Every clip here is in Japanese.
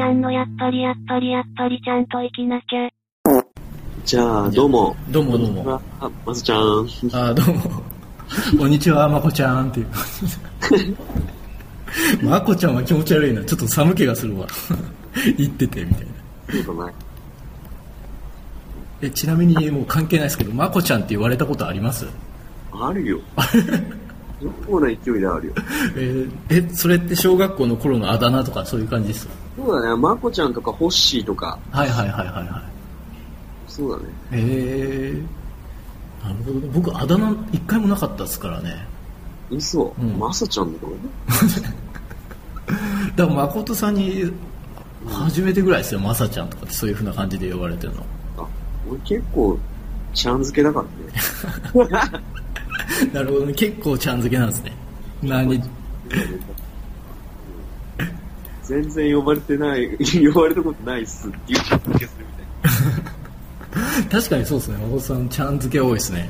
ちゃんのやっぱりちゃんと生きなきゃ。 じゃあ、どうも。 どうも。 まずちゃん。 どうも。こんにちは、まこちゃんっていう。まこちゃんは気持ち悪いな。ちょっと寒気がするわ。言ってて、みたいな。 そうだね。 ちなみにもう関係ないですけど、まこちゃんって言われたことあります？ あるよ。結構な勢いであるよ。 それって小学校の頃のあだ名とかそういう感じですか？ そうだね。まこちゃんとかホッシーとか。 はい。 そうだね。 なるほどね。僕あだ名一回もなかったですからね。 嘘。まさちゃんだろうね。 だから誠さんに初めてぐらいですよ、まさちゃんとかってそういう風な感じで呼ばれてるの。 俺結構ちゃん付けだからね。 なるほどね。結構ちゃん付けなんですね。 全然呼ばれたことないっすっていうちゃん付けするみたいな。 確かにそうですね。誠さんちゃん付け多いですね。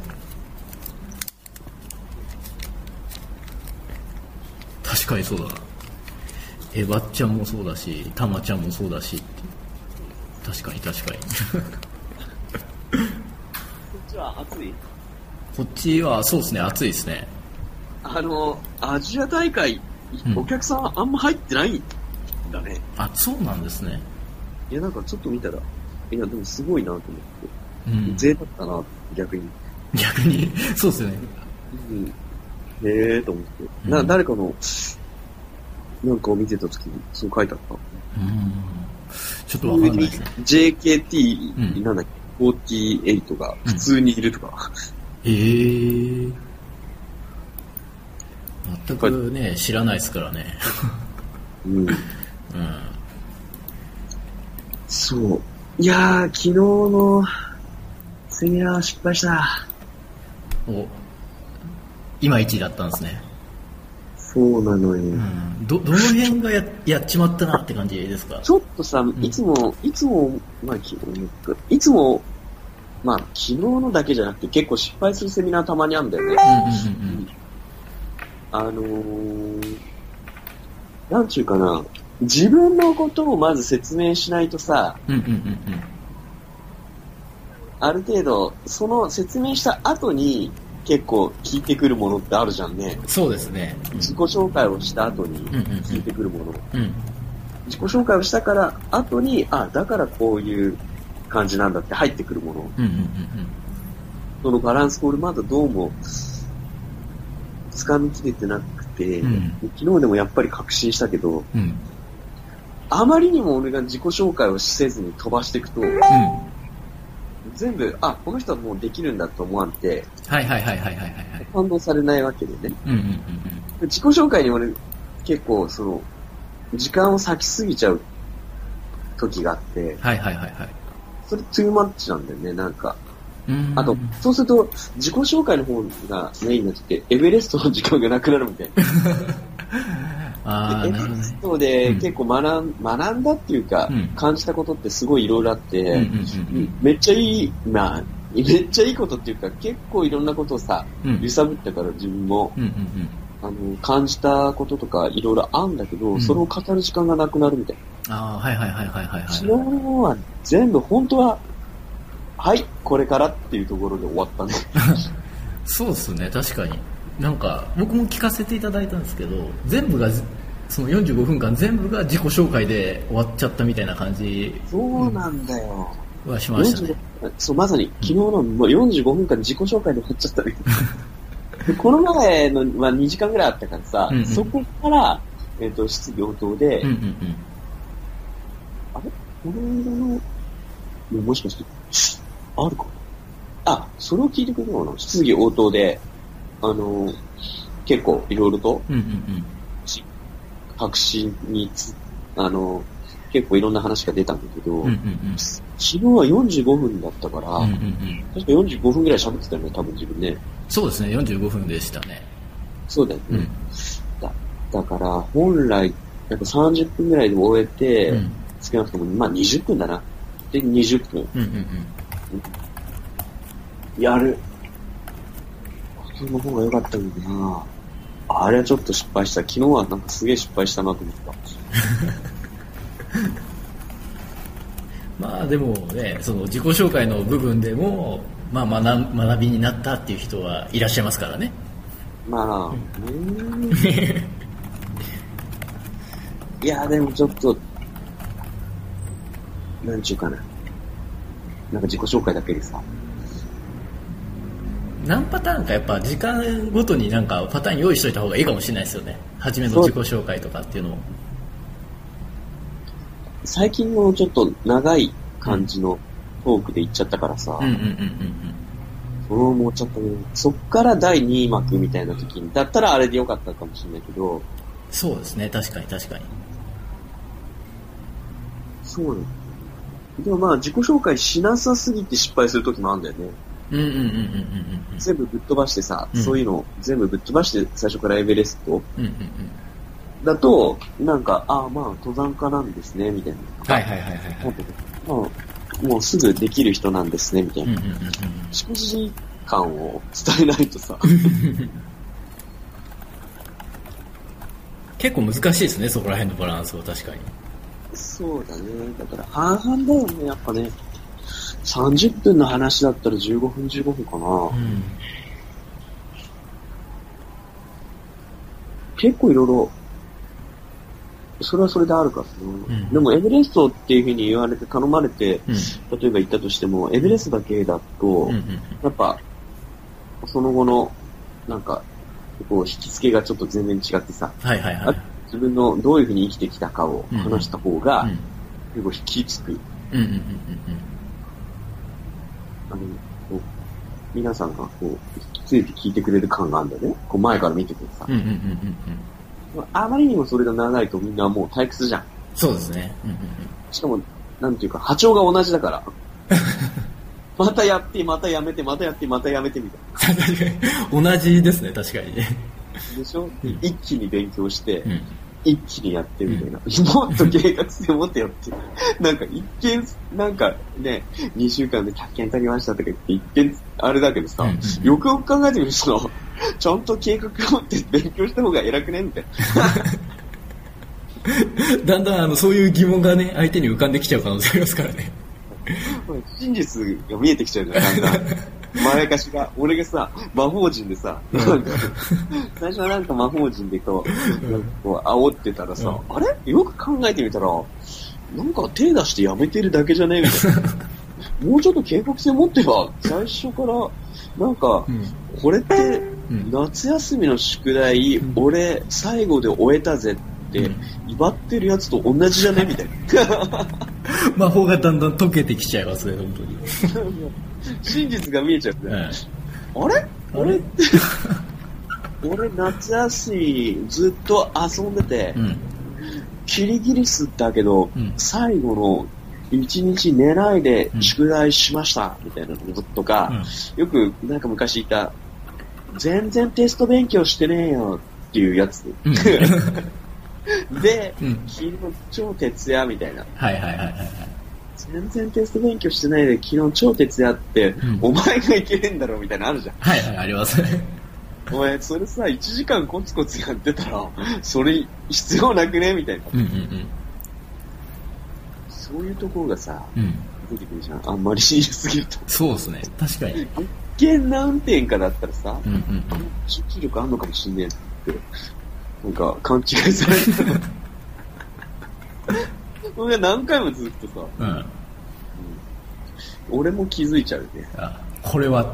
確かにそうだな。ばっちゃんもそうだし、たまちゃんもそうだしって。確かに。 こっちは暑い？ こっちはそうですね、暑いですね。 アジア大会、お客さんあんま入ってないんだね。 そうなんですね。 いや、なんかちょっと見たら、でもすごいなと思って。贅沢だな、逆に。 そうですよね。 へえと思って。誰かの、なんかを見てた時に、そう書いてあった。 ちょっとわかんないですね。 JKT、なんだっけ、48が普通にいるとか。 全くね、知らないですからね。 そう。いやー、昨日のセミナー失敗した。 いまいちだったんですね。 そうなのよ。 どの辺がやっちまったなって感じですか？ ちょっとさ、いつも、昨日のだけじゃなくて結構失敗するセミナーたまにあるんだよね。なんちゅうかな、自分のことをまず説明しないとさ、ある程度、その説明した後に結構聞いてくるものってあるじゃんね。 そうですね。 自己紹介をした後に聞いてくるもの。自己紹介をしたから後に、だからこういう感じなんだって入ってくるもの。そのバランスこれまだどうも掴みきれてなくて、昨日でもやっぱり確信したけど、あまりにも俺が自己紹介をせずに飛ばしていくと、全部、この人はもうできるんだと思わんて、感動されないわけでね。自己紹介に俺結構時間を割きすぎちゃう時があって、それトゥーマッチなんだよね、なんか。あと、そうすると、自己紹介の方がメインになってて、エベレストの時間がなくなるみたいな。エベレストで結構学んだっていうか、感じたことってすごいいろいろあって、めっちゃいいことっていうか、結構いろんなことをさ、揺さぶったから自分も、感じたこととかいろいろあるんだけど、それを語る時間がなくなるみたいな。昨日は全部本当は、これからっていうところで終わったね。 そうですね、確かに。なんか僕も聞かせていただいたんですけど、全部がその45分間全部が自己紹介で終わっちゃったみたいな感じ。 そうなんだよ。 はしましたね。 そう、まさに昨日のもう45分間自己紹介で終わっちゃったみたいな。この前のは2時間ぐらいあったからさ、そこから質疑応答で、この間のもしかしてあるかな。それを聞いてくれるのかな。質疑応答で結構いろいろと確信に結構いろんな話が出たんだけど、昨日は45分だったから、確か45分ぐらい喋ってたよね、多分自分ね。 そうですね、45分でしたね。 そうだよね。だから本来やっぱ30分ぐらいで終えて、少なくとも20分だな。で20分。やることの方が良かったんだな。あれはちょっと失敗した。昨日はなんかすげえ失敗したなと思った。 まあでもね、その自己紹介の部分でも、まあ、学びになったっていう人はいらっしゃいますからね。 まあ、いやでもちょっとなんちゅうかな、なんか自己紹介だけでさ、 何パターンかやっぱ時間ごとになんかパターン用意しといた方がいいかもしれないですよね。初めの自己紹介とかっていうのを。 最近のちょっと長い感じのトークで言っちゃったからさ、そう思っちゃったね。そっから第2幕みたいな時にだったらあれでよかったかもしれないけど。 そうですね、確かに確かに。 そうなの。でもまあ自己紹介しなさすぎて失敗する時もあるんだよね。全部ぶっ飛ばしてさ、そういうの全部ぶっ飛ばして最初からエベレスト、だとなんかまあ登山家なんですねみたいな。もうすぐできる人なんですねみたいな。正直感を伝えないとさ。 結構難しいですね、そこら辺のバランスは。確かに。 そうだね。だから半々だよね、やっぱね。30分の話だったら15分15分かな。結構いろいろ、それはそれであるからね。でもエベレストっていう風に言われて頼まれて、例えば行ったとしても、エベレストだけだと、やっぱ、その後の、なんか、こう、引き付けがちょっと全然違ってさ、自分のどういう風に生きてきたかを話した方が、結構引き付く。皆さんがこう、ついて聞いてくれる感があるんだよね。こう前から見ててさ。あまりにもそれが長いとみんなもう退屈じゃん。 そうですね。 しかも、なんていうか、波長が同じだから。またやって、またやめて、またやって、またやめてみたいな。 確かに。同じですね、確かに。 でしょ、一気に勉強して、一気にやってみたいな。もっと計画性を持ってやって。なんか一見、なんかね、2週間で100件足りましたとか言って一見あれだけどさ、よくよく考えてみると、ちゃんと計画を持って勉強した方が偉くねみたいな。だんだんそういう疑問がね、相手に浮かんできちゃう可能性ありますからね。 真実が見えてきちゃうじゃん、だんだん。まやかしが、俺がさ、魔法陣でさ、なんか最初はなんか魔法陣でこう煽ってたらさ、あれよく考えてみたら、なんか手出してやめてるだけじゃねみたいな。もうちょっと計画性持ってば、最初から、なんか、これって、夏休みの宿題、俺、最後で終えたぜって、威張ってるやつと同じじゃねみたいな。 魔法がだんだん溶けてきちゃいますね、本当に。 真実が見えちゃうね。あれ俺って、俺夏休みずっと遊んでて、キリギリスだけど、最後の一日寝ないで宿題しました、みたいなこととか、よくなんか昔いた、全然テスト勉強してねえよっていうやつ。で、昨日超徹夜みたいな。全然テスト勉強してないで昨日超徹夜って、お前がいけねえんだろみたいなのあるじゃん。 ありますね。 お前それさ1時間コツコツやってたらそれ必要なくねみたいな、そういうところがさ、出てくるじゃん、あんまり言いすぎると。そうですね、確かに。 一見何点かだったらさ、集中力あんのかもしんねえってなんか勘違いされてた。俺何回もずっとさ、俺も気づいちゃうね。 これはって。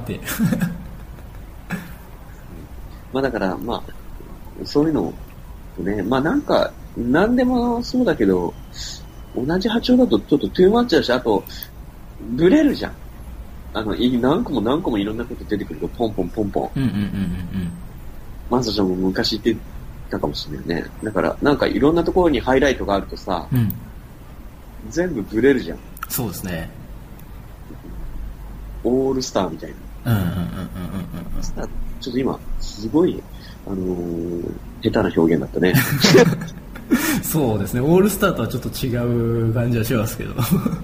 まあだからまあそういうのね、まあなんか何でもそうだけど同じ波長だとちょっとトゥーマッチだし、あとブレるじゃん。何個もいろんなこと出てくるとポンポンポンポン。マサちゃんも昔言ってたかもしれないね。だからなんかいろんなところにハイライトがあるとさ、全部ブレるじゃん。 そうですね。 オールスターみたいな。ちょっと今すごい下手な表現だったね。 そうですね。オールスターとはちょっと違う感じはしますけど。そうなん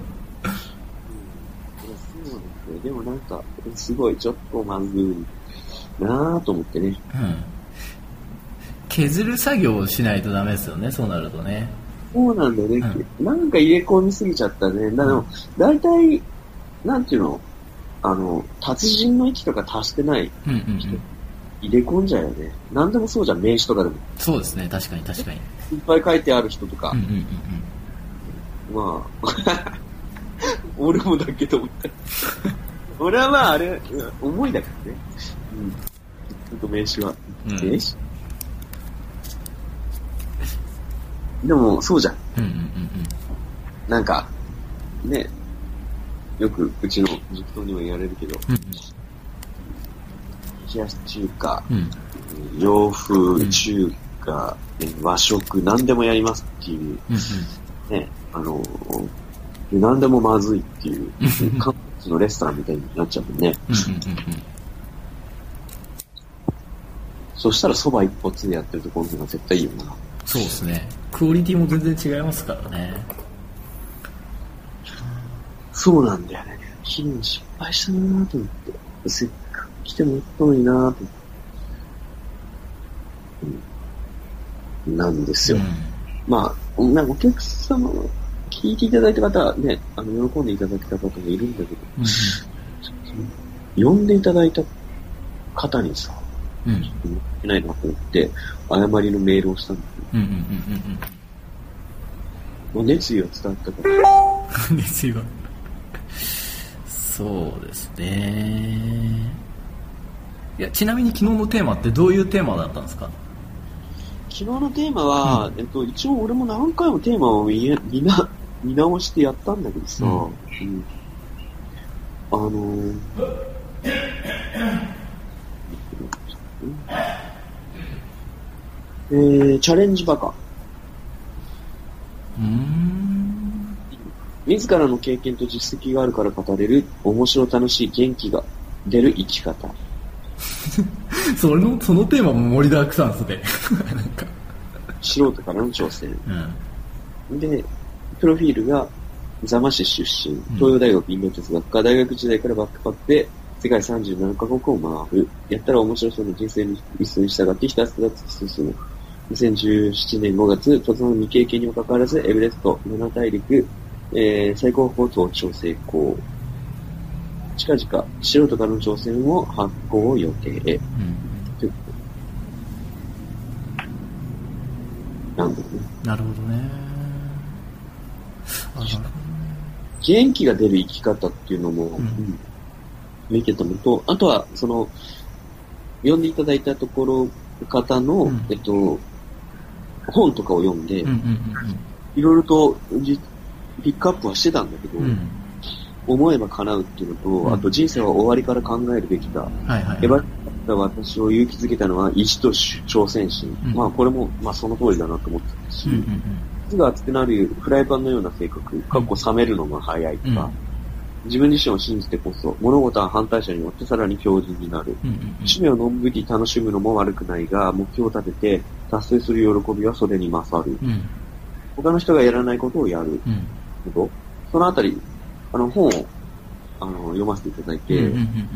ですよ。でもなんかすごいちょっとまずいなぁと思ってね。 削る作業をしないとダメですよね。そうなるとね。 そうなんだよね、なんか入れ込みすぎちゃったね。だいたい、なんていうの、達人の域とか達してない人、入れ込んじゃうよね。なんでもそうじゃん、名詞とかでも。 そうですね、確かに。いっぱい書いてある人とか。まあ、俺もだけど思った。俺はまあ、あれ、思いだからね。ちょっと名詞は。名詞でも、そうじゃん。なんか、ね、よくうちの実況にも言われるけど、冷やし中華、洋風、中華、和食、何でもやりますっていう、ね、何でもまずいっていう、韓国のレストランみたいになっちゃうもんね。そしたら蕎麦一発でやってるところが絶対いいよな。 そうですね。クオリティも全然違いますからね。 そうなんだよね。昨日失敗したなぁと思って。せっかく来てもらったのになぁと思って。なんですよ。まあ、なんかお客様、聞いていただいた方はね、喜んでいただけた方もいるんだけど、呼んでいただいた方にさ、ちょっと言ってないなと思って、謝りのメールをしたんだけど、熱意は伝わったから。 熱意は。そうですね。いや、ちなみに昨日のテーマってどういうテーマだったんですか？ 昨日のテーマは、一応俺も何回もテーマを見直してやったんだけどさ、チャレンジバカ。自らの経験と実績があるから語れる面白楽しい元気が出る生き方。 そのテーマも盛りだくさんですね。なんか素人からの挑戦。で、プロフィールが座間市出身、東洋大学インド哲学科、大学時代からバックパックで世界37カ国を回る。やったら面白そうな人生に一緒に従ってひたすら突き進む。2017年5月、突然未経験にもかかわらず、エベレスト、7大陸、最高峰登頂成功。近々、素人からの挑戦を発行予定。なんだろうね。 なるほどね。 元気が出る生き方っていうのも、見てたのと、あとは、読んでいただいたところ、方の、本とかを読んで、いろいろとピックアップはしてたんだけど、思えば叶うっていうのと、あと人生は終わりから考えるべきだ。私を勇気づけたのは意地と挑戦心。まあこれも、まあその通りだなと思ってたし、熱が熱くなるフライパンのような性格、冷めるのが早いとか、自分自身を信じてこそ、物事は反対者によってさらに強靭になる。趣味をのんびり楽しむのも悪くないが、目標を立てて達成する喜びはそれに勝る。他の人がやらないことをやる。そのあたり、本を読ませていただいて、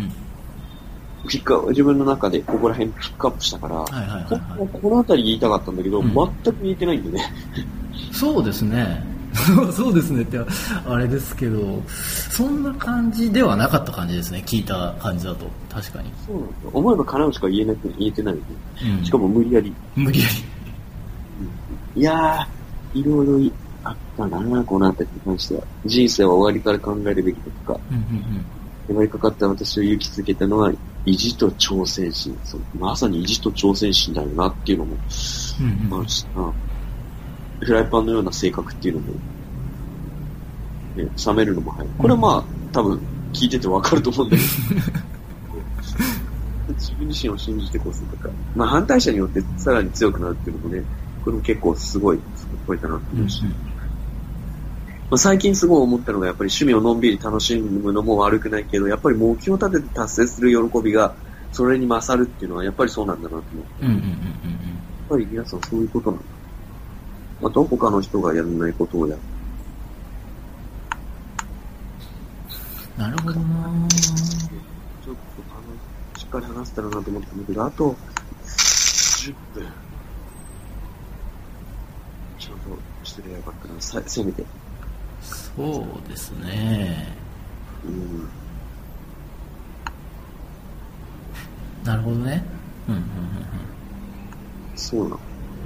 自分の中でここら辺ピックアップしたから、このあたり言いたかったんだけど、全く言えてないんでね。 そうですね。そうですねってあれですけど、そんな感じではなかった感じですね。聞いた感じだと確かに。 そうなんですよ。思えば叶うしか言えてないんで、しかも無理やり。いやー、いろいろあったな、このあたりに関しては。人生は終わりから考えるべきだとか、粘りかかった私を勇気づけたのは意地と挑戦心。まさに意地と挑戦心だよなっていうのも、フライパンのような性格っていうのも、冷めるのも早い。これはまあ、多分聞いててわかると思うんだけど、自分自身を信じてこそとか、まあ反対者によってさらに強くなるっていうのもね、これも結構すごいだなと思うし、最近すごい思ったのがやっぱり趣味をのんびり楽しむのも悪くないけど、やっぱり目標を立てて達成する喜びがそれに勝るっていうのはやっぱりそうなんだなと思って、やっぱり皆さんそういうことなんだ。あと他の人がやらないことをやる。 なるほどな。 ちょっとしっかり話せたらなと思ったんだけど、あと10分。ちょっとすればよかったな、せめて。 そうですね。なるほどね。 そうなの。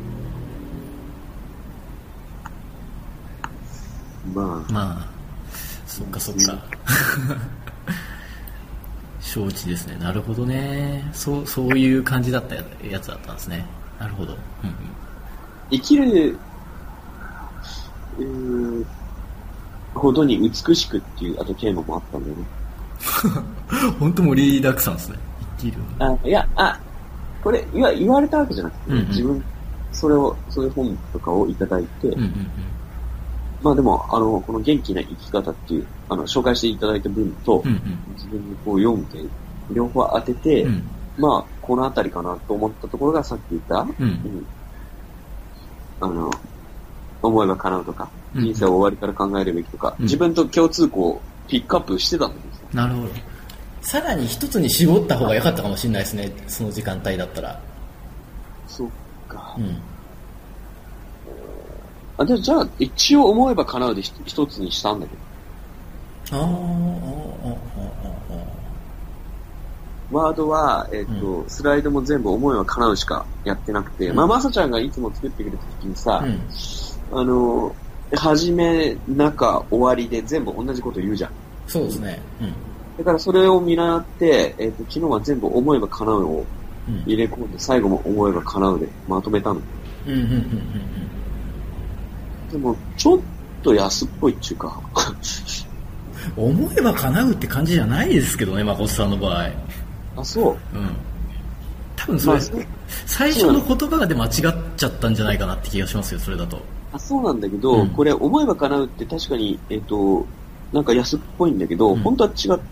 まあ、そっかそっか。承知ですね。なるほどね。そういう感じだったやつだったんですね。なるほど。 生きる、ほどに美しくっていう、あとテーマもあったんだよね。 本当盛りだくさんですね。生きる。 これ、言われたわけじゃなくて、自分、そういう本とかをいただいて、まあでも、この元気な生き方っていう、紹介していただいた文と、自分にこう読んで、両方当てて、まあ、このあたりかなと思ったところがさっき言った、思えば叶うとか、人生を終わりから考えるべきとか、自分と共通項をピックアップしてたんですよ。 なるほど。さらに一つに絞った方が良かったかもしれないですね、その時間帯だったら。 そっか。じゃあ、一応思えば叶うで一つにしたんだけど。ワードは、スライドも全部思えば叶うしかやってなくて、まさちゃんがいつも作ってくれた時にさ、始め、中、終わりで全部同じこと言うじゃん。 そうですね。 だからそれを見習って、昨日は全部思えば叶うを入れ込んで、最後も思えば叶うでまとめたの。でも、ちょっと安っぽいっていうか。 思えば叶うって感じじゃないですけどね、誠さんの場合。 あ、そう。 多分それ、最初の言葉がで間違っちゃったんじゃないかなって気がしますよ、それだと。 そうなんだけど、これ思えば叶うって確かに、なんか安っぽいんだけど、本当は違って、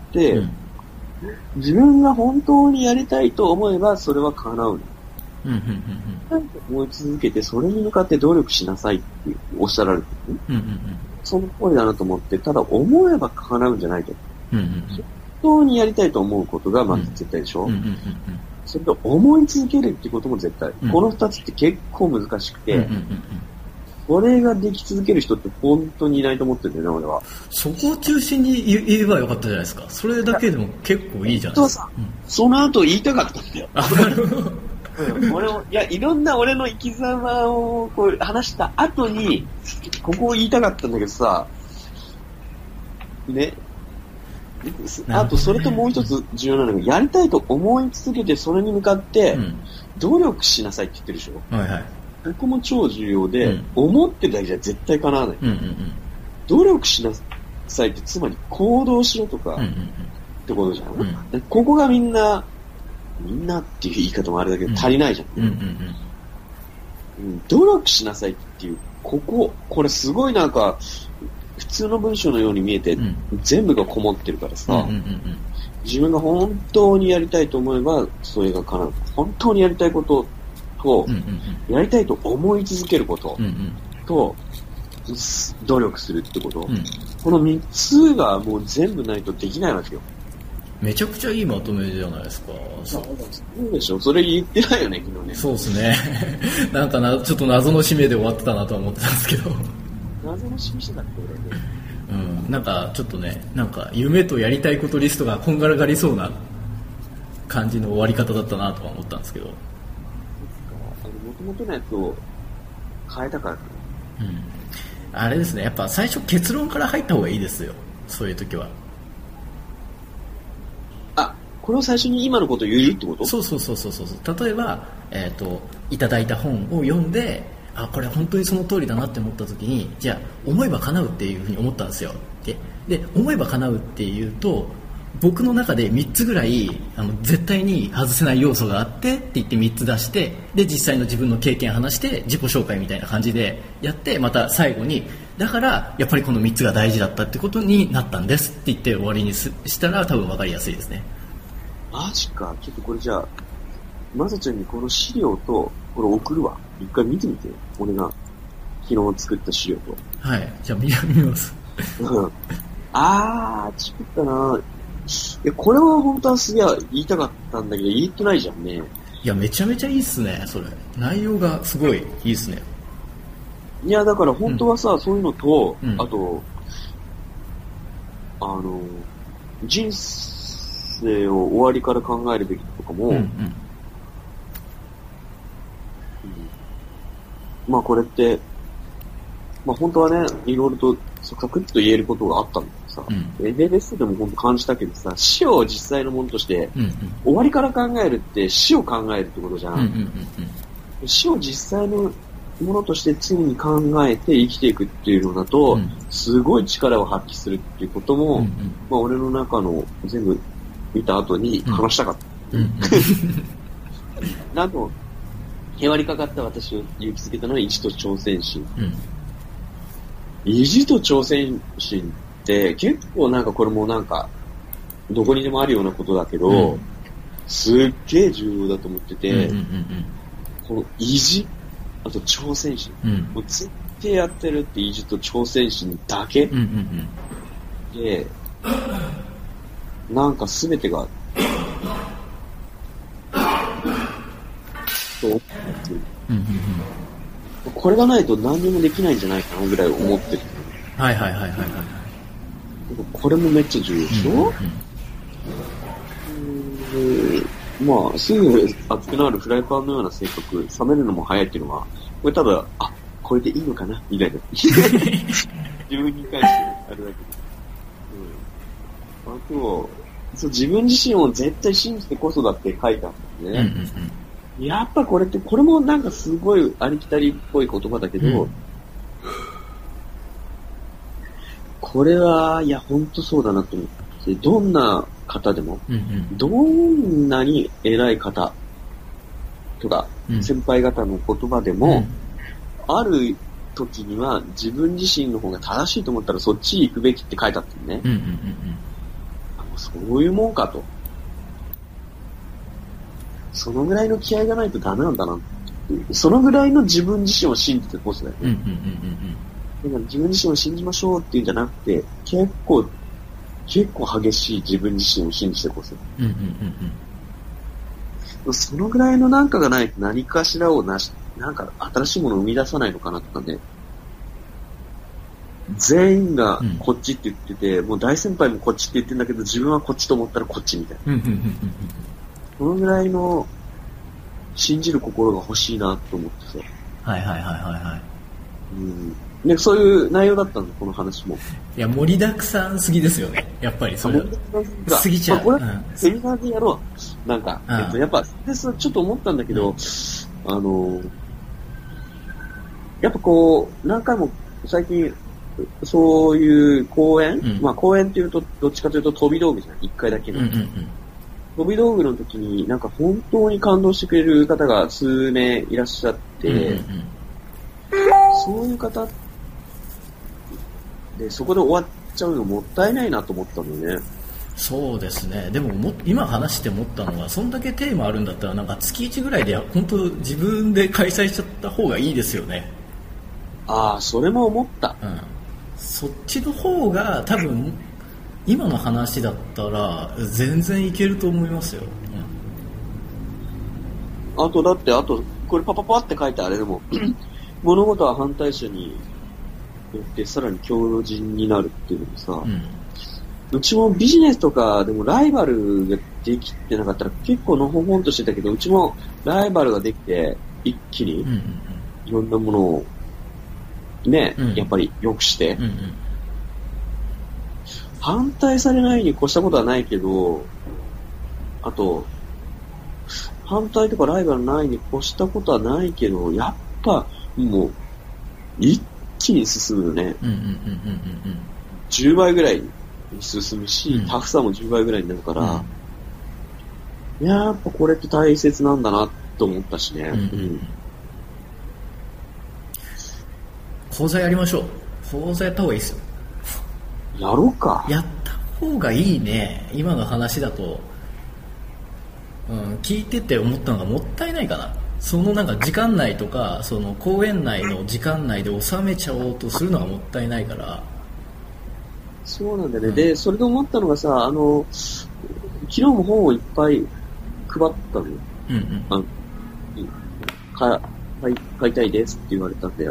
自分が本当にやりたいと思えばそれは叶う。思い続けて、それに向かって努力しなさいっておっしゃられてる。その通りだなと思って、ただ思えば叶うんじゃないと。本当にやりたいと思うことがまず絶対でしょ。それと思い続けるってことも絶対。この二つって結構難しくて、これができ続ける人って本当にいないと思ってるんだよね、俺は。 そこを中心に言えばよかったじゃないですか。それだけでも結構いいじゃないですか。 その後言いたかったんだよ。なるほど。俺も、いろんな俺の生き様をこう話した後に、ここを言いたかったんだけどさ、ね。あと、それともう一つ重要なのが、やりたいと思い続けて、それに向かって、努力しなさいって言ってるでしょ。ここも超重要で、思ってるだけじゃ絶対叶わない。努力しなさいって、つまり行動しろとか、ってことじゃん。ここがみんなっていう言い方もあれだけど、足りないじゃん。努力しなさいっていう、これすごいなんか、普通の文章のように見えて、全部がこもってるからさ、自分が本当にやりたいと思えば、それが叶う。本当にやりたいことと、やりたいと思い続けること、と、努力するってこと、この3つがもう全部ないとできないわけよ。 めちゃくちゃいいまとめじゃないですか。 そうでしょ。それ言ってないよね、昨日ね。 そうですね。なんかちょっと謎の締めで終わってたなとは思ってたんですけど。 謎の締めしてたっけ、俺ね。 なんかちょっとね、なんか夢とやりたいことリストがこんがらがりそうな感じの終わり方だったなとは思ったんですけど。もともとのやつを変えたから。 あれですね、やっぱ最初結論から入った方がいいですよ。そういう時は。 これを最初に今のことを言うってこと？ そう。例えば、いただいた本を読んで、これ本当にその通りだなって思った時に、じゃあ思えば叶うっていうふうに思ったんですよ。で思えば叶うっていうと、僕の中で3つぐらい絶対に外せない要素があってって言って3つ出して、で実際の自分の経験を話して自己紹介みたいな感じでやって、また最後にだからやっぱりこの3つが大事だったってことになったんですって言って終わりにしたら多分分かりやすいですね。 マジか。ちょっとこれじゃあまさちゃんにこの資料とこれ送るわ。一回見てみて。俺が昨日作った資料と。 はい。じゃあ見ます。 作ったな。これは本当はすげえ言いたかったんだけど言ってないじゃんね。 いやめちゃめちゃいいっすね。それ内容がすごいいいっすね。 いや、だから本当はさ、そういうのと、あと、人生を終わりから考えるべきとかも、まあこれって、まあ本当はね、いろいろとサクッと言えることがあったんだけどさ、LLS でも本当感じたけどさ、死を実際のものとして、終わりから考えるって死を考えるってことじゃん。死を実際のものとして常に考えて生きていくっていうのだと、すごい力を発揮するっていうことも、まあ俺の中の全部見た後に話したかった。なんと、へわりかかった私を勇気づけたのは意地と挑戦心。意地と挑戦心って結構なんかこれもなんかどこにでもあるようなことだけど、すっげえ重要だと思ってて、この意地、あと挑戦心、もう絶対やってるって意地と挑戦心だけ、で、なんか全てがと思ってる。これがないと何にもできないんじゃないかなぐらい思ってる。これもめっちゃ重要でしょ。まあ、すぐ熱くなるフライパンのような性格、冷めるのも早いっていうのは、これただ、あ、これでいいのかなみたいな。自分に関してあれだけど。あと、自分自身を絶対信じてこそだって書いてあったんですね。やっぱこれって、これもなんかすごいありきたりっぽい言葉だけど、これは、いや、ほんとそうだなと思って、どんな方でも、どんなに偉い方とか、先輩方の言葉でも、ある時には自分自身の方が正しいと思ったらそっち行くべきって書いてあったんね。そういうもんかと。そのぐらいの気合がないとダメなんだなっていう。そのぐらいの自分自身を信じてこそだよね。だから自分自身を信じましょうっていうんじゃなくて、結構激しい自分自身を信じてこそ。そのぐらいのなんかがないと何かしらをなんか新しいものを生み出さないのかなとかね。全員がこっちって言ってて、もう大先輩もこっちって言ってんだけど、自分はこっちと思ったらこっちみたいな。そのぐらいの信じる心が欲しいなと思ってさ。で、そういう内容だったんだ、この話も。 いや、盛りだくさんすぎですよね。やっぱりそれ。過ぎちゃう。 これ、セミナーでやろう。なんか、やっぱ、ちょっと思ったんだけど、やっぱこう、何回も最近、そういう公演、まあ公演っていうと、どっちかというと飛び道具じゃん。一回だけの。飛び道具の時になんか本当に感動してくれる方が数名いらっしゃって、そういう方でそこで終わっちゃうのもったいないなと思ったのね。 そうですね。でも今話して思ったのは、そんだけテーマあるんだったらなんか月1ぐらいで本当自分で開催しちゃった方がいいですよね。 ああ、それも思った。 そっちの方が多分今の話だったら全然いけると思いますよ。 あとだってこれパパパって書いてあれでも物事は反対者によってさらに強靭になるっていうのもさ、うちもビジネスとかでもライバルができてなかったら結構のほほんとしてたけど、うちもライバルができて一気にいろんなものをね、やっぱり良くして、反対されないに越したことはないけど、あと反対とかライバルないに越したことはないけど、やっぱもう一気に進むよね。10倍ぐらいに進むし、タフさも10倍ぐらいになるから、やっぱこれって大切なんだなと思ったしね。 講座やりましょう。講座やった方がいいですよ。 やろうか。 やった方がいいね。今の話だと、聞いてて思ったのがもったいないかな。そのなんか時間内とか、その公演内の時間内で収めちゃおうとするのがもったいないから。 そうなんだよね。で、それで思ったのがさ、昨日も本をいっぱい配ったのよ。 買いたいですって言われたんで、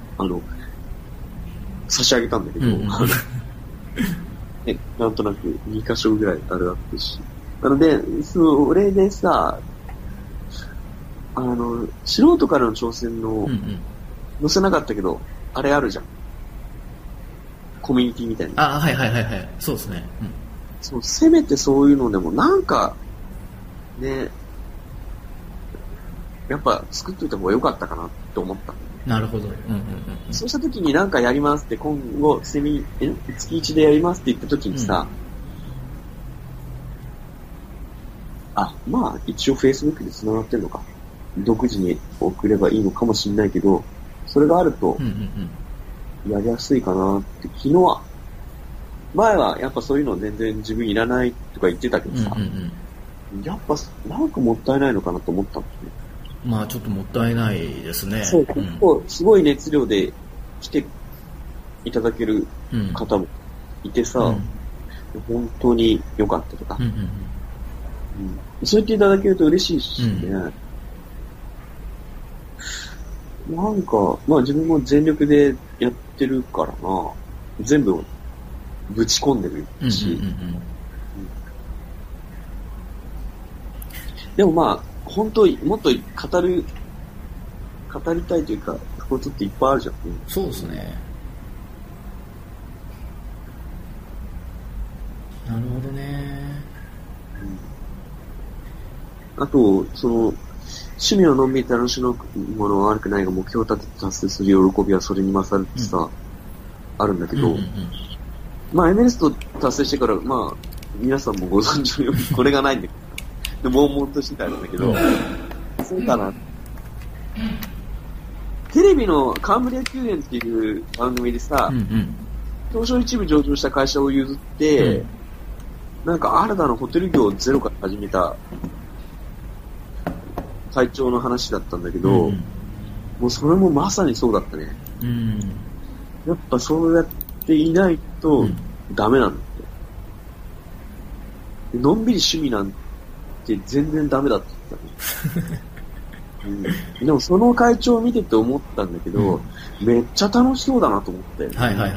差し上げたんだけど、ね、なんとなく2箇所ぐらいあるわけし。なので、それでさ、素人からの挑戦の、載せなかったけど、あれあるじゃん。コミュニティみたいな。 はい。そうですね。 そう、せめてそういうのでも、なんか、ね、やっぱ作っといた方が良かったかなって思った。 なるほど。 そうした時になんかやりますって、今後、月1でやりますって言った時にさ、まあ、一応 Facebook で繋がってんのか。独自に送ればいいのかもしれないけど、それがあると、やりやすいかなって、昨日は、前はやっぱそういうの全然自分いらないとか言ってたけどさ、やっぱなんかもったいないのかなと思ったんですね。 まあちょっともったいないですね。 そう、結構すごい熱量で来ていただける方もいてさ、本当に良かったとか、そう言っていただけると嬉しいしね。なんか、まあ自分も全力でやってるからな、全部ぶち込んでるし、でもまあ、本当にもっと語りたいというか、ことっていっぱいあるじゃん。 そうですね。なるほどね。 あと、趣味をのんびり楽しむものは悪くないが、目標を立てて達成する喜びはそれに勝るってさ、あるんだけど、まあ、エベレスト達成してから、まあ、皆さんもご存知のように、これがないんだけど、で、悶々としてたんだけど、そうかな。テレビのカンブリア宮殿っていう番組でさ、東証一部上場した会社を譲って、なんか新たなホテル業をゼロから始めた会長の話だったんだけど、もうそれもまさにそうだったね。やっぱそうやっていないとダメなんだって。のんびり趣味なんて全然ダメだって言ったね。でもその会長を見てて思ったんだけど、めっちゃ楽しそうだなと思って。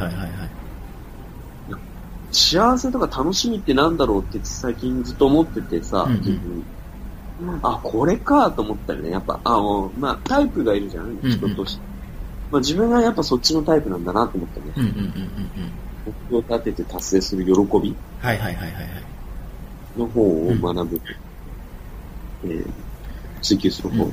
幸せとか楽しみってなんだろうって最近ずっと思っててさ、自分。これかと思ったよね。やっぱ、まあ、タイプがいるじゃん、人として。まあ、自分がやっぱそっちのタイプなんだなと思ったね。目標を立てて達成する喜びの方を学ぶ。追求する方。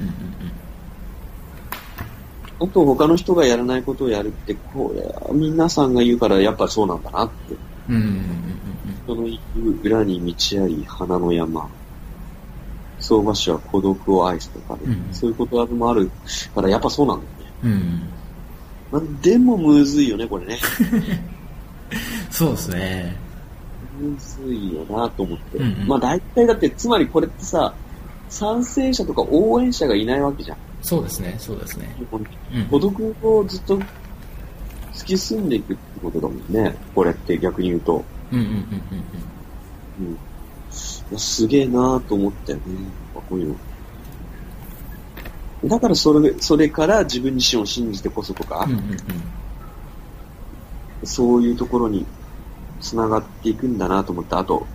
あと、他の人がやらないことをやるって、皆さんが言うからやっぱそうなんだなって。人の行く裏に道あり、花の山。相場師は孤独を愛すとかね、そういうこともあるからやっぱそうなんだよね。まあ、でもむずいよねこれね。 そうですね。 むずいよなと思って。まあ大体だってつまりこれってさ、賛成者とか応援者がいないわけじゃん。 そうですね。 孤独をずっと突き進んでいくってことだもんね。これって逆に言うと。すげえなぁと思ったよね。こういうの。だからそれから自分自身を信じてこそとか、そういうところに繋がっていくんだなと思った。あと、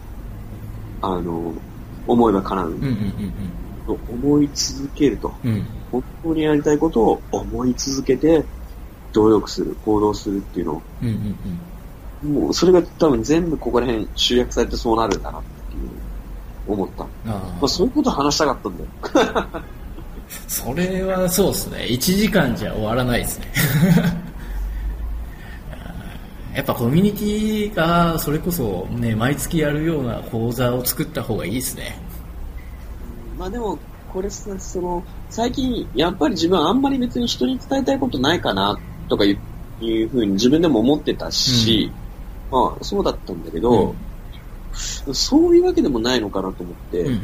思えば叶う。と思い続けると、本当にやりたいことを思い続けて努力する、行動するっていうのを、もうそれが多分全部ここら辺集約されてそうなるんだなっていう思った。まあ、そういうこと話したかったんだよ。 それはそうですね。1時間じゃ終わらないですね。やっぱコミュニティがそれこそね、毎月やるような講座を作った方がいいですね。 まあでもこれ最近やっぱり自分あんまり別に人に伝えたいことないかなとかいうふうに自分でも思ってたし、まあそうだったんだけど、そういうわけでもないのかなと思って、例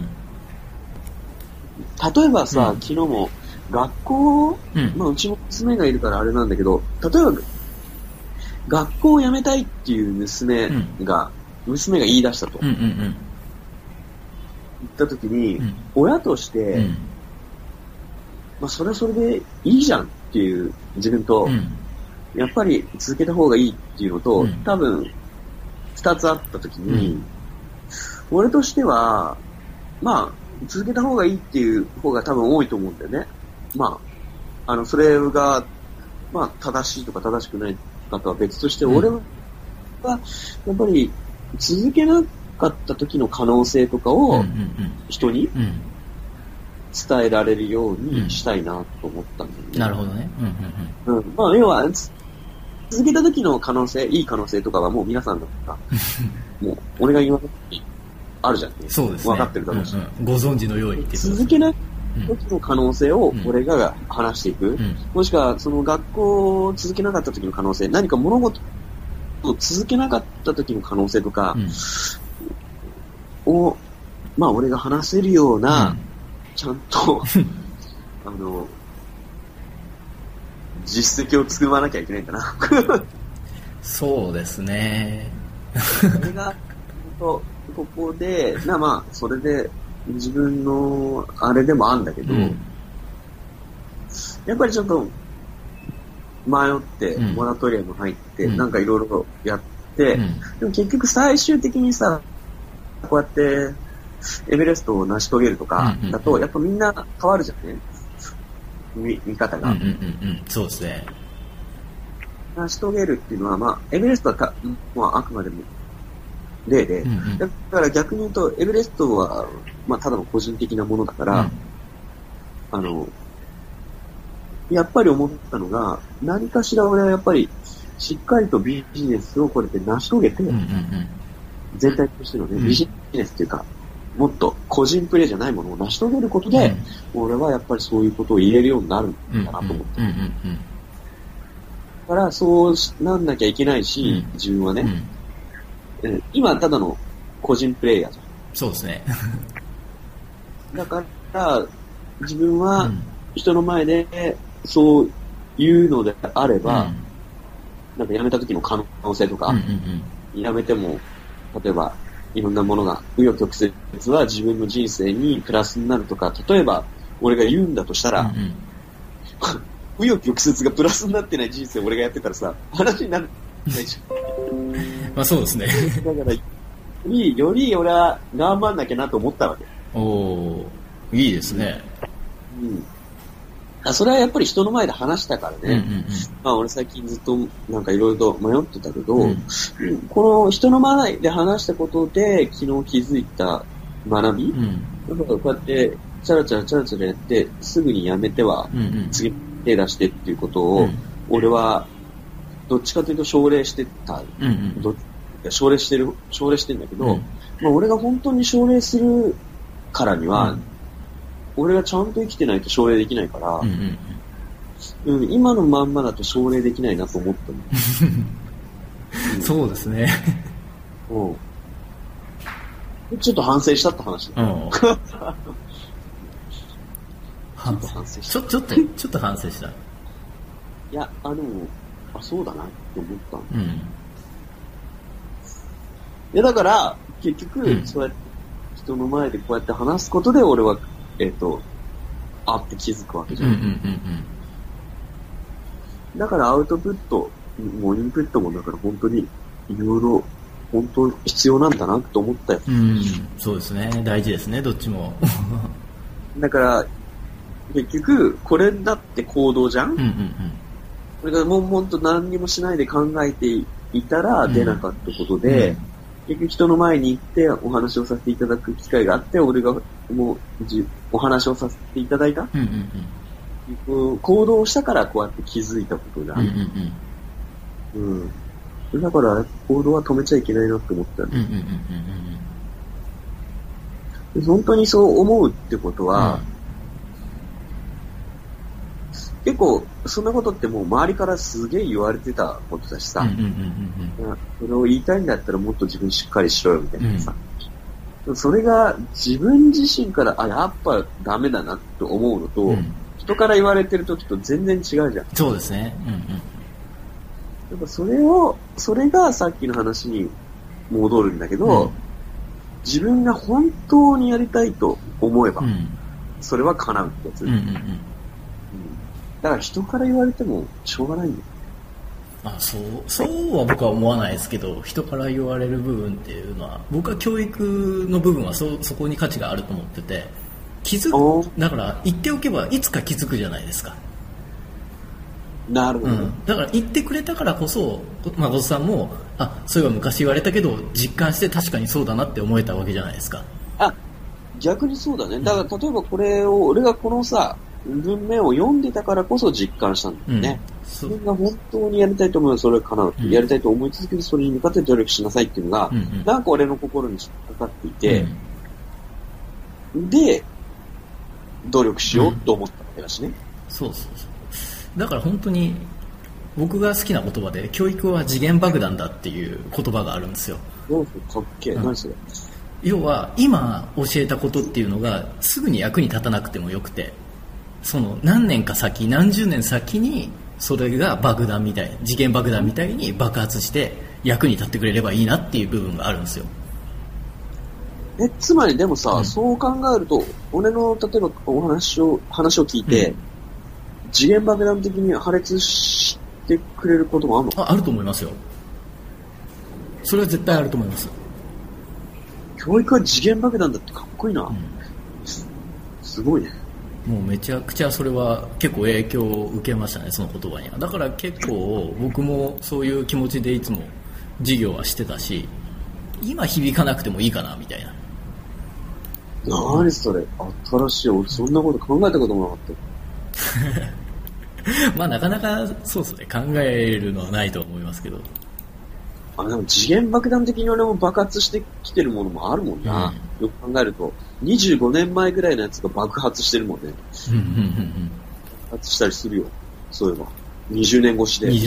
えばさ、昨日も学校、まあうちも娘がいるからあれなんだけど、例えば学校を辞めたいっていう娘が言い出したと。言ったときに、親として、 まあそれはそれでいいじゃんっていう自分と、やっぱり続けた方がいいっていうのと、多分二つあった時に、俺としては、まあ続けた方がいいっていう方が多分多いと思うんだよね。まあ、それが、まあ正しいとか正しくないかとは別として、俺はやっぱり続けなかった時の可能性とかを人に伝えられるようにしたいなと思ったんだよね。 なるほどね。 まあ要は続けた時の可能性、いい可能性とかはもう皆さんだったらもう俺が言わなくていいあるじゃんね。 そうですね。 分かってるだろうし、 ご存知のようにっていうことですね。 続けない時の可能性を俺が話していく、もしくはその学校を続けなかった時の可能性、何か物事を続けなかった時の可能性とかを、まあ俺が話せるような、ちゃんと実績を作らなきゃいけないんだな。 そうですね。 それがここでまあそれで自分のあれでもあるんだけど、やっぱりちょっと迷ってモラトリアム入って、なんかいろいろやって、でも結局最終的にさ、こうやってエベレストを成し遂げるとかだと、やっぱみんな変わるじゃんね、見方が。 そうですね。 成し遂げるっていうのは、まあエベレストはまああくまでも例で、だから逆に言うとエベレストはまあただの個人的なものだから、やっぱり思ったのが、何かしら俺はやっぱりしっかりとビジネスをこれで成し遂げて、全体としてのね、ビジネスっていうか、もっと個人プレーじゃないものを成し遂げることで、俺はやっぱりそういうことを言えるようになるんだなと思って。だからそうなんなきゃいけないし、自分はね、今ただの個人プレイヤーじゃん。 そうですね。 だから自分は人の前でそういうのであれば、なんか辞めた時の可能性とか、辞めても例えばいろんなものが紆余曲折は自分の人生にプラスになるとか、例えば俺が言うんだとしたら、紆余曲折がプラスになってない人生を俺がやってたらさ、話になるないじゃん。 まあそうですね。 だからより俺は頑張んなきゃなと思ったわけ。 おー、いいですね。 それはやっぱり人の前で話したからね。まあ俺最近ずっとなんかいろいろと迷ってたけど、この人の前で話したことで昨日気づいた学び、だからこうやってチャラチャラやってすぐにやめては次手出してっていうことを、俺はどっちかというと奨励してた。奨励してんだけど、まあ俺が本当に奨励するからには、俺がちゃんと生きてないと奨励できないから、今のまんまだと奨励できないなと思ったの。 そうですね。 ちょっと反省したって話だ。 ちょっと反省した。いや、でも、そうだなって思ったの。いや、だから、結局、そうやって人の前でこうやって話すことで俺は、って気づくわけじゃん。だからアウトプットもインプットもだから本当にいろいろ本当必要なんだなと思ったよ。 そうですね。大事ですね、どっちも。 だから結局これだって行動じゃん。これが悶々と何にもしないで考えていたら出なかったことで、結局人の前に行ってお話をさせていただく機会があって、俺がもうお話をさせていただいた、行動をしたからこうやって気づいたことがある。だから行動は止めちゃいけないなって思ったんで、本当にそう思うってことは、結構そんなことってもう周りからすげえ言われてたことだしさ、それを言いたいんだったらもっと自分しっかりしろよみたいなさ、それが自分自身からやっぱダメだなって思うのと、人から言われてる時と全然違うじゃん。 そうですね。 やっぱそれがさっきの話に戻るんだけど、自分が本当にやりたいと思えば、それは叶うってやつ。 だから人から言われてもしょうがないんだよ。 そうは僕は思わないですけど、人から言われる部分っていうのは、僕は教育の部分はそこに価値があると思ってて、だから言っておけばいつか気づくじゃないですか。 なるほど、 だから言ってくれたからこそ、誠さんもそういえば昔言われたけど実感して確かにそうだなって思えたわけじゃないですか。 逆にそうだね。だから例えばこれを俺がこのさ文面を読んでたからこそ実感したんだよね。自分が本当にやりたいと思うのはそれかな、やりたいと思い続けてそれに向かって努力しなさいっていうのが、なんか俺の心に引っかかっていて、で努力しようと思ったわけだしね。 そうだから本当に僕が好きな言葉で、教育は時限爆弾だっていう言葉があるんですよ。 かっけえ、何それ。 要は今教えたことっていうのがすぐに役に立たなくてもよくて、その何年か先、何十年先にそれが爆弾みたい、時限爆弾みたいに爆発して役に立ってくれればいいなっていう部分があるんですよ。 つまりでもさ、そう考えると俺の例えばお話を聞いて、時限爆弾的に破裂してくれることもあるの？ あると思いますよ。それは絶対あると思います。 教育は次元爆弾だってかっこいいな、すごいね。 もうめちゃくちゃそれは結構影響を受けましたね、その言葉には。だから結構僕もそういう気持ちでいつも授業はしてたし、今響かなくてもいいかなみたいな。 何それ新しい。俺そんなこと考えたこともなかったなかなかそうですね、考えるのはないと思いますけど。 でも次元爆弾的に俺も爆発してきてるものもあるもんな、よく考えると25年前ぐらいのやつが爆発してるもんね。爆発したりするよ、そういえば20年越しで。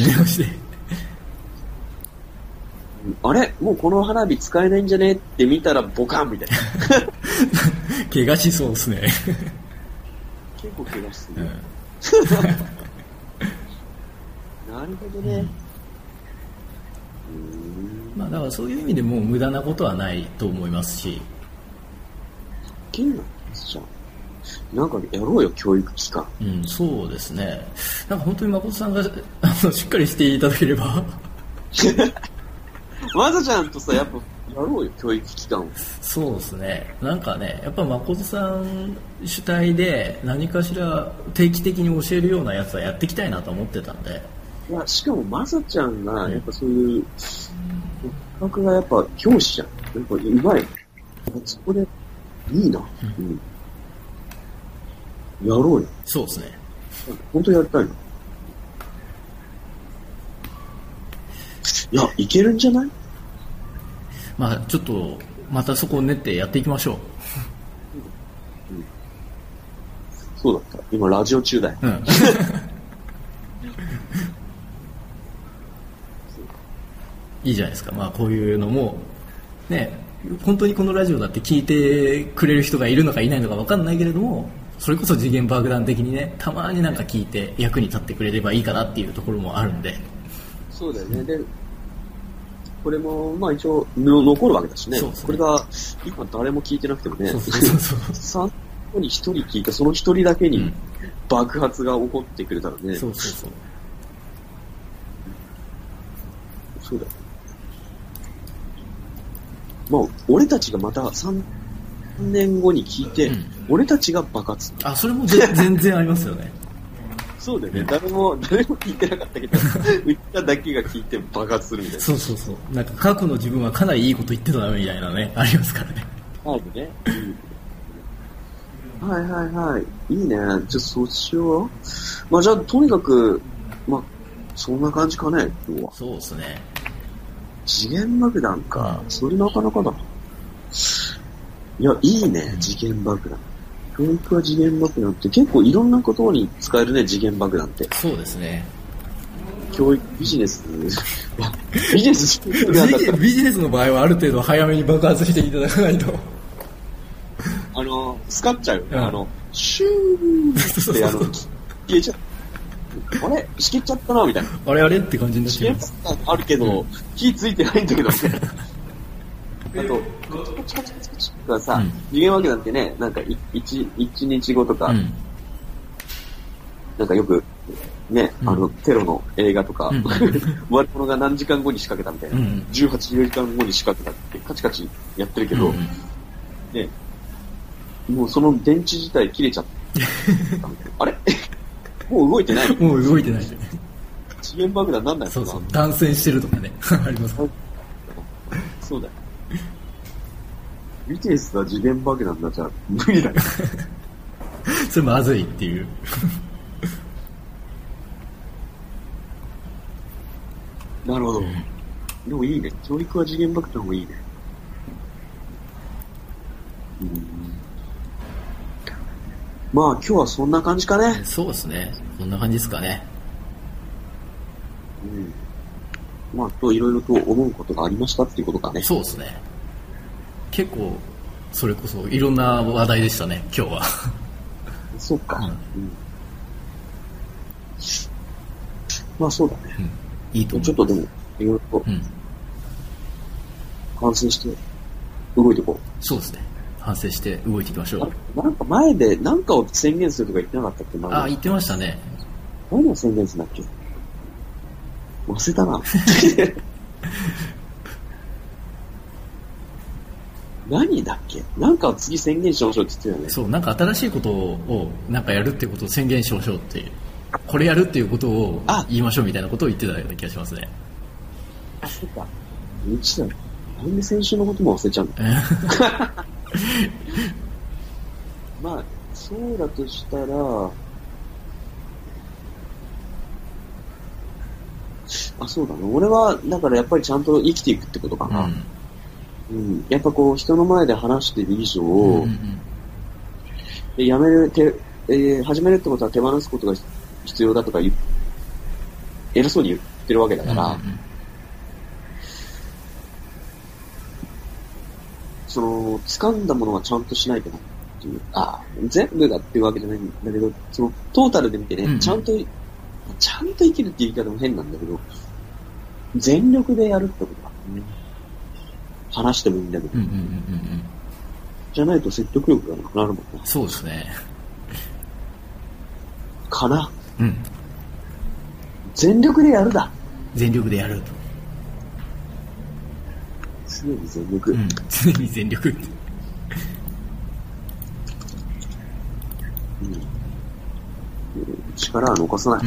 あれもうこの花火使えないんじゃねって見たらボカンみたいな怪我しそうですね結構怪我する、なるほどね、 だからそういう意味でもう無駄なことはないと思いますし。 じゃあなんかやろうよ、教育機関。 そうですね。なんか本当に誠さんがしっかりしていただければまさちゃんとさ、やっぱやろうよ、教育機関を。 そうですね。なんかね、やっぱ誠さん主体で何かしら定期的に教えるようなやつはやっていきたいなと思ってたんで。 いや、しかもまさちゃんがやっぱそういう感覚がやっぱ教師じゃん。やっぱうまい。そこでいいな。やろうよ。 そうですね。 本当にやりたいな。いや、いけるんじゃない？ ちょっとまたそこを練ってやっていきましょう。 そうだった。今ラジオ中だよ。 いいじゃないですか。こういうのもね、本当にこのラジオだって聞いてくれる人がいるのかいないのか分かんないけれども、それこそ次元爆弾的にね、たまになんか聞いて役に立ってくれればいいかなっていうところもあるんで。 そうだよね。でこれも一応残るわけだしね。これが今誰も聞いてなくてもね、3個に1人聞いて、その1人だけに爆発が起こってくれたらね。そうだよ。俺たちがまた3年後に聞いて、俺たちが爆発。 それも全然ありますよね。 そうだよね。誰も聞いてなかったけど、うちらだけが聞いて爆発するみたいな。 そう。なんか過去の自分はかなりいいこと言ってたなみたいなね、ありますからね。 はい。いいね。じゃあそうしよう。じゃあとにかく、そんな感じかね、今日は。 そうですね。 次元爆弾か。それなかなかだな。いや、いいね、次元爆弾。教育は次元爆弾って結構いろんなことに使えるね、次元爆弾って。 そうですね。 教育、ビジネスビジネスの場合はある程度早めに爆発していただかないとスカっちゃうよね。シューって消えちゃう。あれ仕切っちゃったなみたいな。 あれって感じになっちゃう。 あるけど、火ついてないんだけどみたいな。あとカチカチがさ、次元爆弾ってね、なんか1日後とか、なんかよくね、テロの映画とか、悪者が何時間後に仕掛けたみたいな、18時間後に仕掛けたってカチカチやってるけど、ね、もうその電池自体切れちゃったみたいな。あれもう動いてないもう動いてない。 資源爆弾なんないのかな。 そうそう、断線してるとかね。あります。 そうだよ。BTS は次元爆弾だじゃ無理だよ。 それまずいっていう。 なるほど。でもいいね。教育は次元爆弾もいいね。まあ今日はそんな感じかね。 そうですね。そんな感じですかね。 まあいろいろと思うことがありましたっていうことかね。 そうですね。結構それこそいろんな話題でしたね今日は。 そうか。まあそうだね。 いいと思う。 ちょっとでもいろいろと反省して動いていこう。 そうですね。反省して動いていきましょう。なんか前で何かを宣言するとか言ってなかったっけ？ 言ってましたね。 何を宣言するんだっけ？忘れたな。何だっけ？なんかを次宣言しましょうって言ってたよね。 そう、なんか新しいことをなんかやるっていうことを宣言しましょうっていう。これやるっていうことを言いましょうみたいなことを言ってたような気がしますね。 そうか。なんで先週のことも忘れちゃうの？まあ、そうだとしたら、そうだね。俺は、だからやっぱりちゃんと生きていくってことかな。やっぱこう、人の前で話している以上、始めるってことは手放すことが必要だとか偉そうに言ってるわけだから、掴んだものはちゃんとしないとなっていう。全部だっていうわけじゃないんだけど、トータルで見てね、ちゃんと生きるっていう言い方も変なんだけど、全力でやるってことだね。話してもいいんだけど。じゃないと説得力がなくなるもんね。 そうですね。 かな。全力でやるだ。 全力でやると。 常に全力。 常に全力って。 力は残さない。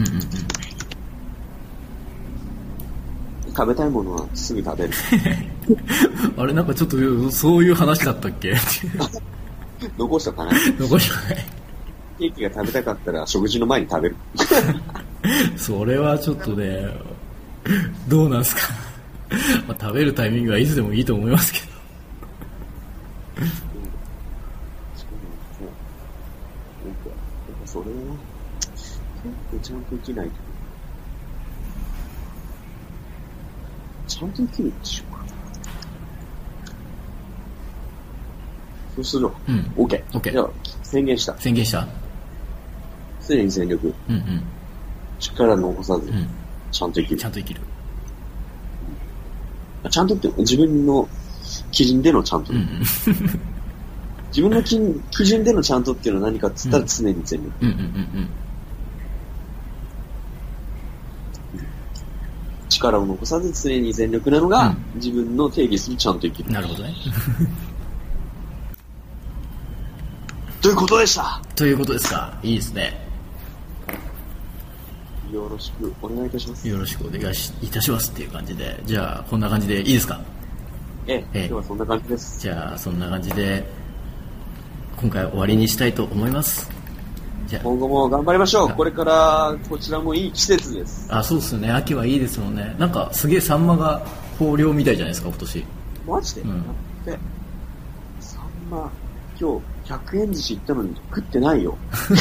食べたいものはすぐ食べる。 あれなんかちょっとそういう話だったっけ？ 残しとかない。 残しとかない。 ケーキが食べたかったら食事の前に食べる。 それはちょっとね、どうなんすか。食べるタイミングはいつでもいいと思いますけど。 それは結構ちゃんと生きないと。ちゃんと生きるでしょうか。そうするわ。OK。じゃあ宣言した。 宣言した。 常に全力。力残さず、ちゃんと生きる。 ちゃんと生きる。 ちゃんとって自分の基準でのちゃんと。自分の基準でのちゃんとっていうのは何かっつったら常に全力。力を残さず常に全力なのが、自分の定義するちゃんと生きる。 なるほどね。 ということでした。 ということですか。いいですね。 よろしくお願いいたします。 よろしくお願いいたしますっていう感じで、じゃあこんな感じでいいですか？ 今日はそんな感じです。 じゃあそんな感じで今回終わりにしたいと思います。 じゃあ今後も頑張りましょう。これからこちらもいい季節です。 そうですね。秋はいいですもんね。なんかすげえサンマが豊漁みたいじゃないですか今年。 マジで？だってサンマ今日100円寿司行ったのに食ってないよ。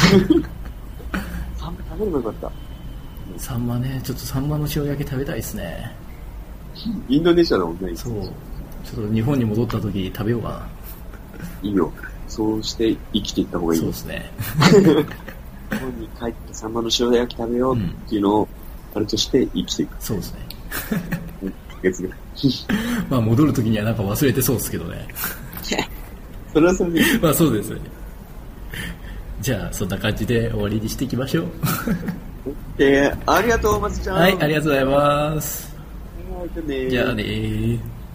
サンマ食べればよかった。 サンマね、ちょっとサンマの塩焼き食べたいですね。 インドネシアだもんね。 そう。ちょっと日本に戻った時食べようかな。 いいよ。そうして生きていった方がいい。 そうですね。 日本に帰ってサンマの塩焼き食べようっていうのをあれとして生きていく。 そうですね。 月ぐらい。 まあ戻る時にはなんか忘れてそうですけどね。 それはそれで。 まあそうですね。じゃあそんな感じで終わりにしていきましょう。 ありがとう、まつちゃん。 はい、ありがとうございます。 じゃあね。 じゃあね。